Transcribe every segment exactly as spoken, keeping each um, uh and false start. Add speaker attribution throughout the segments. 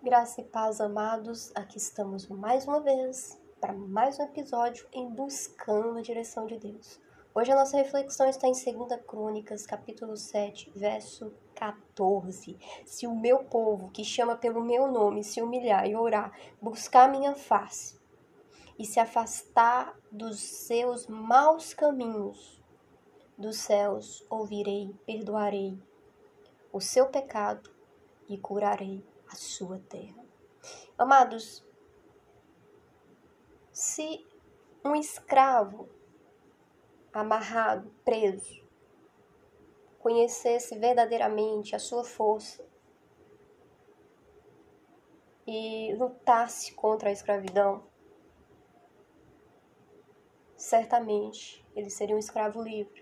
Speaker 1: Graça e paz, amados, aqui estamos mais uma vez para mais um episódio em Buscando a Direção de Deus. Hoje a nossa reflexão está em segunda Crônicas, capítulo sete, verso quatorze. Se o meu povo, que chama pelo meu nome, se humilhar e orar, buscar minha face e se afastar dos seus maus caminhos, dos céus ouvirei, perdoarei o seu pecado e curarei a sua terra. Amados, se um escravo amarrado, preso, conhecesse verdadeiramente a sua força e lutasse contra a escravidão, certamente ele seria um escravo livre.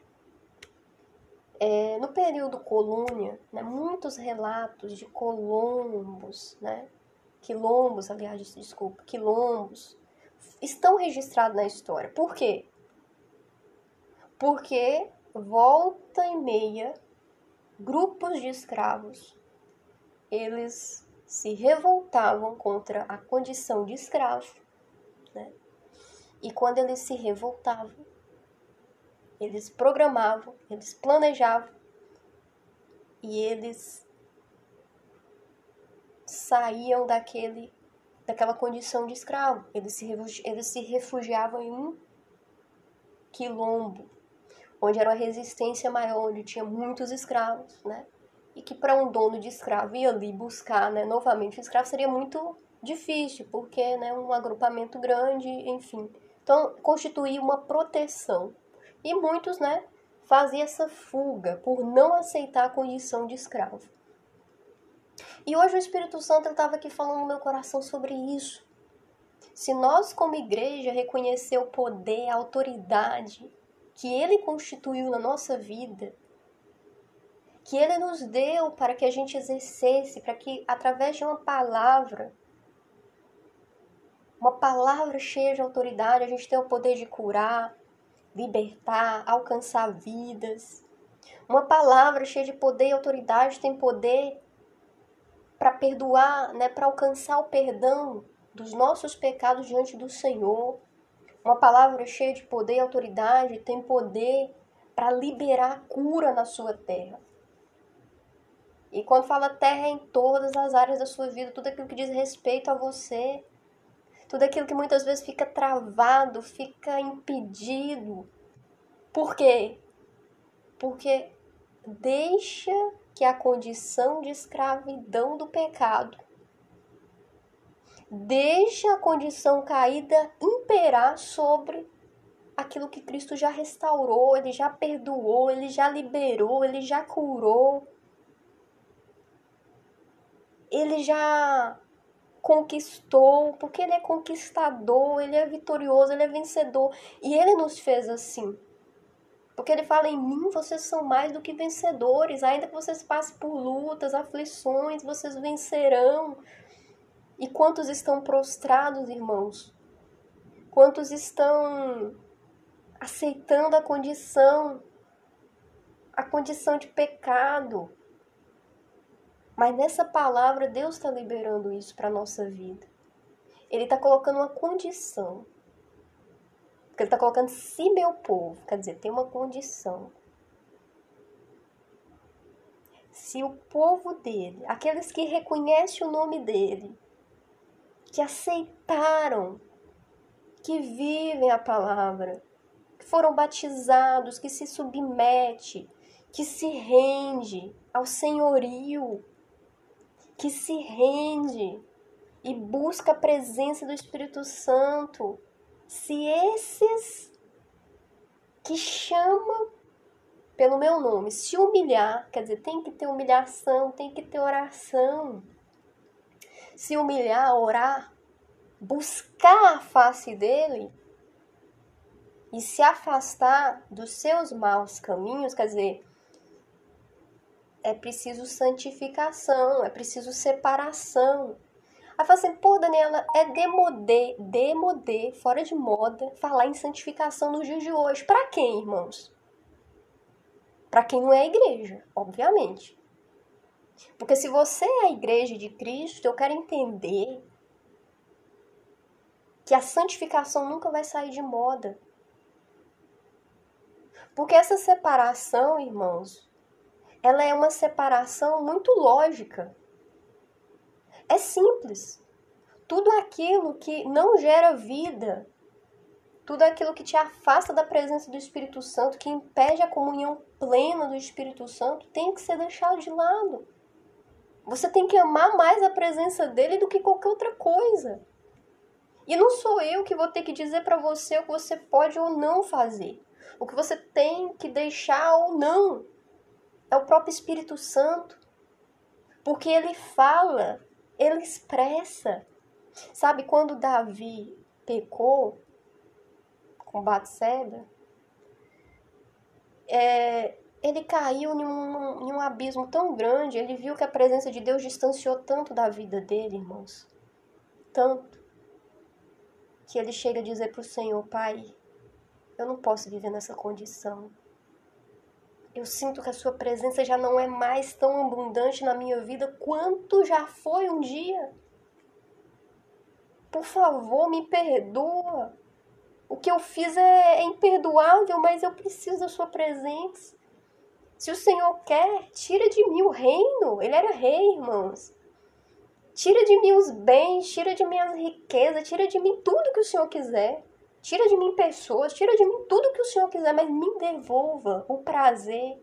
Speaker 1: É, no período colônia, né, muitos relatos de colombos, né, quilombos, aliás, desculpa, quilombos, estão registrados na história. Por quê? Porque volta e meia, grupos de escravos, eles se revoltavam contra a condição de escravo, né? E quando eles se revoltavam, eles programavam, eles planejavam e eles saíam daquele, daquela condição de escravo. Eles se, eles se refugiavam em um quilombo, onde era uma resistência maior, onde tinha muitos escravos, né? E que para um dono de escravo ir ali buscar, né, novamente o escravo seria muito difícil, porque, né, um agrupamento grande, enfim. Então, constituía uma proteção. E muitos, né, faziam essa fuga por não aceitar a condição de escravo. E hoje o Espírito Santo estava aqui falando no meu coração sobre isso. Se nós, como igreja, reconhecer o poder, a autoridade que Ele constituiu na nossa vida, que Ele nos deu para que a gente exercesse, para que através de uma palavra, uma palavra cheia de autoridade, a gente tenha o poder de curar, libertar, alcançar vidas. Uma palavra cheia de poder e autoridade tem poder para perdoar, né, para alcançar o perdão dos nossos pecados diante do Senhor. Uma palavra cheia de poder e autoridade tem poder para liberar a cura na sua terra. E quando fala terra, é em todas as áreas da sua vida, tudo aquilo que diz respeito a você, tudo aquilo que muitas vezes fica travado, fica impedido. Por quê? Porque deixa que a condição de escravidão do pecado, deixa a condição caída imperar sobre aquilo que Cristo já restaurou, Ele já perdoou, Ele já liberou, Ele já curou. Ele já conquistou, porque Ele é conquistador, Ele é vitorioso, Ele é vencedor. E Ele nos fez assim. Porque Ele fala, em mim vocês são mais do que vencedores. Ainda que vocês passem por lutas, aflições, vocês vencerão. E quantos estão prostrados, irmãos? Quantos estão aceitando a condição, a condição de pecado? Mas nessa palavra, Deus está liberando isso para a nossa vida. Ele está colocando uma condição. Porque Ele está colocando, se meu povo, quer dizer, tem uma condição. Se o povo dele, aqueles que reconhecem o nome dele, que aceitaram, que vivem a palavra, que foram batizados, que se submete, que se rende ao senhorio, que se rende e busca a presença do Espírito Santo, se esses que chamam pelo meu nome se humilhar, quer dizer, tem que ter humilhação, tem que ter oração, se humilhar, orar, buscar a face dele e se afastar dos seus maus caminhos, quer dizer, é preciso santificação, é preciso separação. Aí fala assim, pô, Daniela, é demodê, demodê, fora de moda, falar em santificação nos dias de hoje. Para quem, irmãos? Para quem não é igreja, obviamente. Porque se você é a igreja de Cristo, eu quero entender que a santificação nunca vai sair de moda. Porque essa separação, irmãos, ela é uma separação muito lógica. É simples. Tudo aquilo que não gera vida, tudo aquilo que te afasta da presença do Espírito Santo, que impede a comunhão plena do Espírito Santo, tem que ser deixado de lado. Você tem que amar mais a presença dele do que qualquer outra coisa. E não sou eu que vou ter que dizer para você o que você pode ou não fazer. O que você tem que deixar ou não. É o próprio Espírito Santo. Porque ele fala, ele expressa. Sabe, quando Davi pecou com Batseba, é, ele caiu em um, em um abismo tão grande, ele viu que a presença de Deus distanciou tanto da vida dele, irmãos. Tanto. Que ele chega a dizer para o Senhor: Pai, eu não posso viver nessa condição. Eu sinto que a sua presença já não é mais tão abundante na minha vida quanto já foi um dia. Por favor, me perdoa. O que eu fiz é, é imperdoável, mas eu preciso da sua presença. Se o Senhor quer, tira de mim o reino. Ele era rei, irmãos. Tira de mim os bens, tira de mim as riquezas, tira de mim tudo que o Senhor quiser. Tira de mim pessoas, tira de mim tudo que o Senhor quiser, mas me devolva o prazer,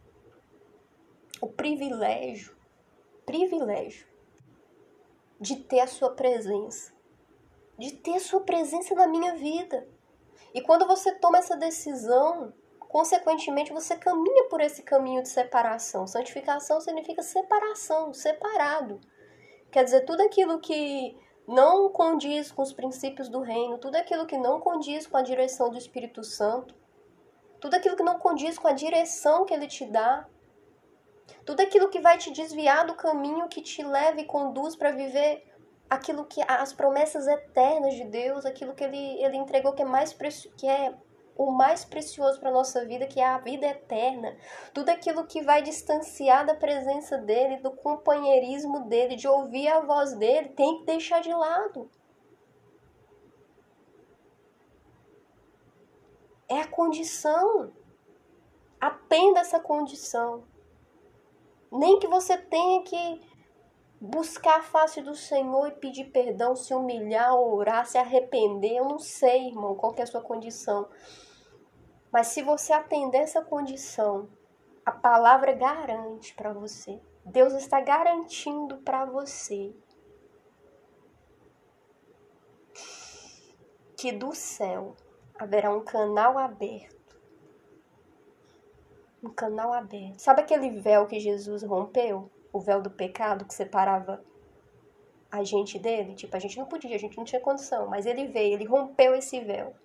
Speaker 1: o privilégio, privilégio de ter a sua presença, de ter a sua presença na minha vida. E quando você toma essa decisão, consequentemente você caminha por esse caminho de separação. Santificação significa separação, separado. Quer dizer, tudo aquilo que não condiz com os princípios do reino, tudo aquilo que não condiz com a direção do Espírito Santo, tudo aquilo que não condiz com a direção que ele te dá, tudo aquilo que vai te desviar do caminho que te leva e conduz para viver aquilo que as promessas eternas de Deus, aquilo que ele, ele entregou que é, mais preci- que é o mais precioso para a nossa vida, que é a vida eterna. Tudo aquilo que vai distanciar da presença dele, do companheirismo dele, de ouvir a voz dele, tem que deixar de lado. É a condição. Atenda essa condição. Nem que você tenha que buscar a face do Senhor e pedir perdão, se humilhar, orar, se arrepender. Eu não sei, irmão, qual que é a sua condição. Mas se você atender essa condição, a palavra garante para você. Deus está garantindo para você que do céu haverá um canal aberto. Um canal aberto. Sabe aquele véu que Jesus rompeu? O véu do pecado que separava a gente dele? Tipo, a gente não podia, a gente não tinha condição. Mas ele veio, ele rompeu esse véu.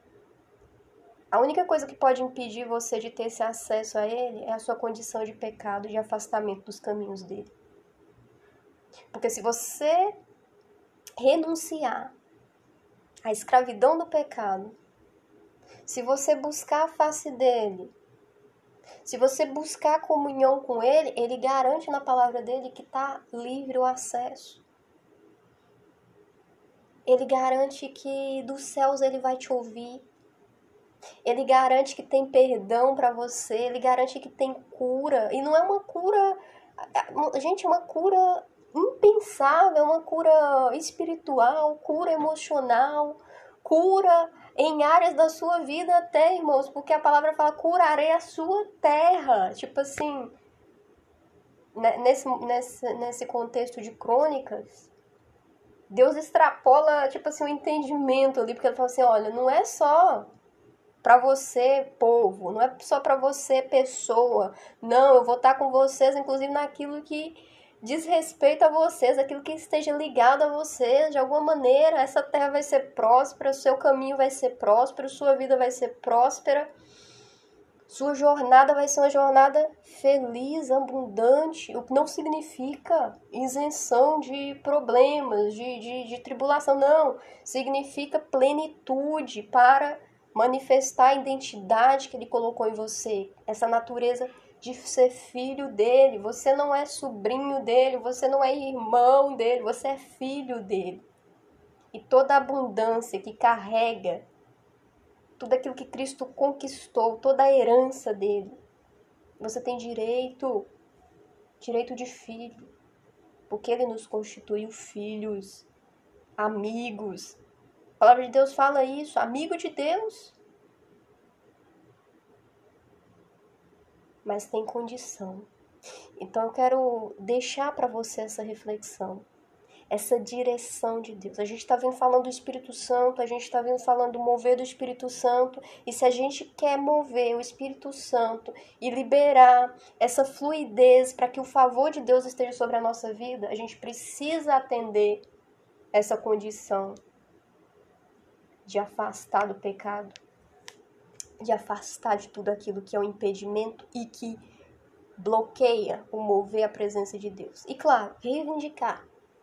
Speaker 1: A única coisa que pode impedir você de ter esse acesso a ele é a sua condição de pecado, de afastamento dos caminhos dele. Porque se você renunciar à escravidão do pecado, se você buscar a face dele, se você buscar a comunhão com ele, ele garante na palavra dele que está livre o acesso. Ele garante que dos céus ele vai te ouvir. Ele garante que tem perdão para você, ele garante que tem cura. E não é uma cura, gente, é uma cura impensável, é uma cura espiritual, cura emocional, cura em áreas da sua vida até, irmãos, porque a palavra fala, curarei a sua terra. Tipo assim, nesse, nesse, nesse contexto de crônicas, Deus extrapola, tipo assim, o entendimento ali, porque ele fala assim, olha, não é só para você, povo, não é só para você, pessoa. Não, eu vou estar com vocês, inclusive naquilo que diz respeito a vocês, aquilo que esteja ligado a vocês, de alguma maneira. Essa terra vai ser próspera, seu caminho vai ser próspero, sua vida vai ser próspera, sua jornada vai ser uma jornada feliz, abundante, o que não significa isenção de problemas, de, de, de tribulação, não. Significa plenitude para manifestar a identidade que ele colocou em você, essa natureza de ser filho dele. Você não é sobrinho dele, você não é irmão dele, você é filho dele. E toda a abundância que carrega, tudo aquilo que Cristo conquistou, toda a herança dele, você tem direito, direito de filho, porque ele nos constituiu filhos, amigos. A palavra de Deus fala isso, amigo de Deus. Mas tem condição. Então eu quero deixar para você essa reflexão, essa direção de Deus. A gente está vindo falando do Espírito Santo, a gente está vindo falando do mover do Espírito Santo, e se a gente quer mover o Espírito Santo e liberar essa fluidez para que o favor de Deus esteja sobre a nossa vida, a gente precisa atender essa condição de afastar do pecado, de afastar de tudo aquilo que é um impedimento e que bloqueia o mover a presença de Deus. E claro, reivindicar.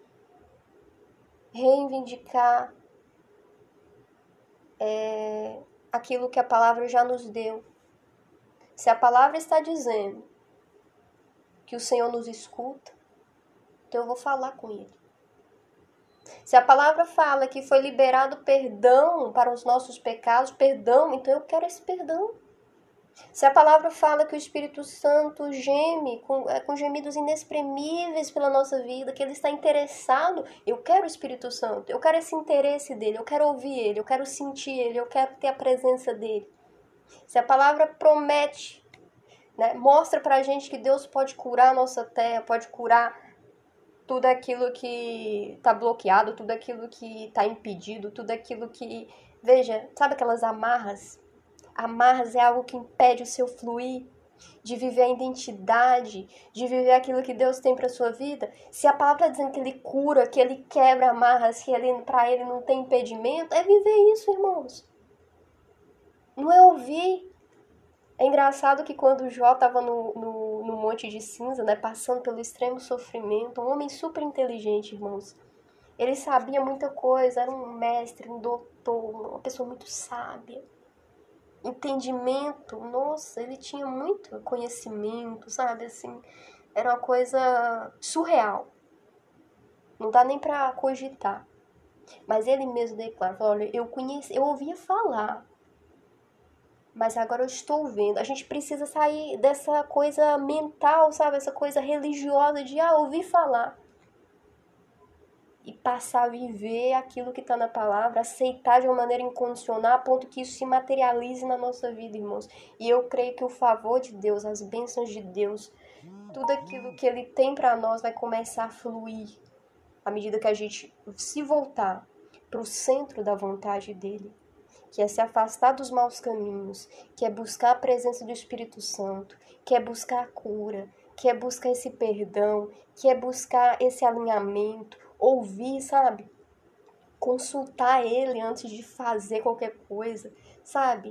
Speaker 1: Reivindicar é, aquilo que a palavra já nos deu. Se a palavra está dizendo que o Senhor nos escuta, então eu vou falar com Ele. Se a palavra fala que foi liberado perdão para os nossos pecados, perdão, então eu quero esse perdão. Se a palavra fala que o Espírito Santo geme com, com gemidos inexprimíveis pela nossa vida, que Ele está interessado, eu quero o Espírito Santo, eu quero esse interesse dEle, eu quero ouvir Ele, eu quero sentir Ele, eu quero ter a presença dEle. Se a palavra promete, né, mostra pra gente que Deus pode curar a nossa terra, pode curar tudo aquilo que está bloqueado, tudo aquilo que está impedido, tudo aquilo que... Veja, sabe aquelas amarras? Amarras é algo que impede o seu fluir, de viver a identidade, de viver aquilo que Deus tem para sua vida. Se a palavra está dizendo que Ele cura, que Ele quebra amarras, que ele, para Ele não tem impedimento, é viver isso, irmãos. Não é ouvir. É engraçado que quando Jó estava no, no, no Monte de Cinza, né, passando pelo extremo sofrimento, um homem super inteligente, irmãos. Ele sabia muita coisa, era um mestre, um doutor, uma pessoa muito sábia. Entendimento, nossa, ele tinha muito conhecimento, sabe, assim, era uma coisa surreal. Não dá nem para cogitar. Mas ele mesmo declara, olha, eu conheci, eu ouvia falar, mas agora eu estou vendo. A gente precisa sair dessa coisa mental, sabe? Essa coisa religiosa de, ah, ouvir falar. E passar a viver aquilo que está na palavra, aceitar de uma maneira incondicional, a ponto que isso se materialize na nossa vida, irmãos. E eu creio que o favor de Deus, as bênçãos de Deus, tudo aquilo que Ele tem para nós vai começar a fluir à medida que a gente se voltar para o centro da vontade dEle, que é se afastar dos maus caminhos, que é buscar a presença do Espírito Santo, que é buscar a cura, que é buscar esse perdão, que é buscar esse alinhamento, ouvir, sabe? Consultar Ele antes de fazer qualquer coisa, sabe?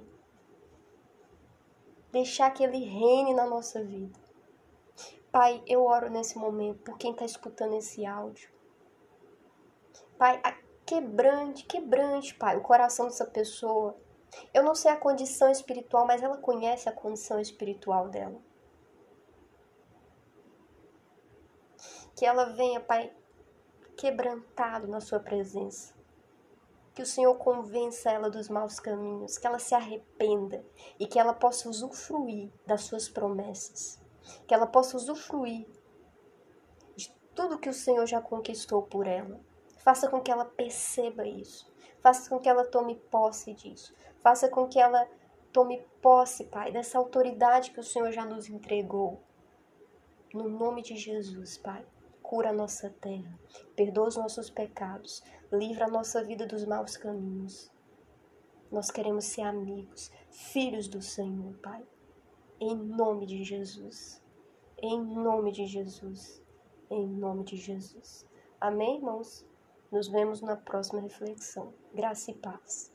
Speaker 1: Deixar que Ele reine na nossa vida. Pai, eu oro nesse momento por quem está escutando esse áudio. Pai, quebrante, quebrante, Pai, o coração dessa pessoa. Eu não sei a condição espiritual, mas ela conhece a condição espiritual dela. Que ela venha, Pai, quebrantado na sua presença. Que o Senhor convença ela dos maus caminhos, que ela se arrependa e que ela possa usufruir das suas promessas. Que ela possa usufruir de tudo que o Senhor já conquistou por ela. Faça com que ela perceba isso. Faça com que ela tome posse disso. Faça com que ela tome posse, Pai, dessa autoridade que o Senhor já nos entregou. No nome de Jesus, Pai. Cura a nossa terra, perdoa os nossos pecados, livra a nossa vida dos maus caminhos. Nós queremos ser amigos, filhos do Senhor, Pai. Em nome de Jesus. Em nome de Jesus. Em nome de Jesus. Amém, irmãos? Nos vemos na próxima reflexão. Graça e paz.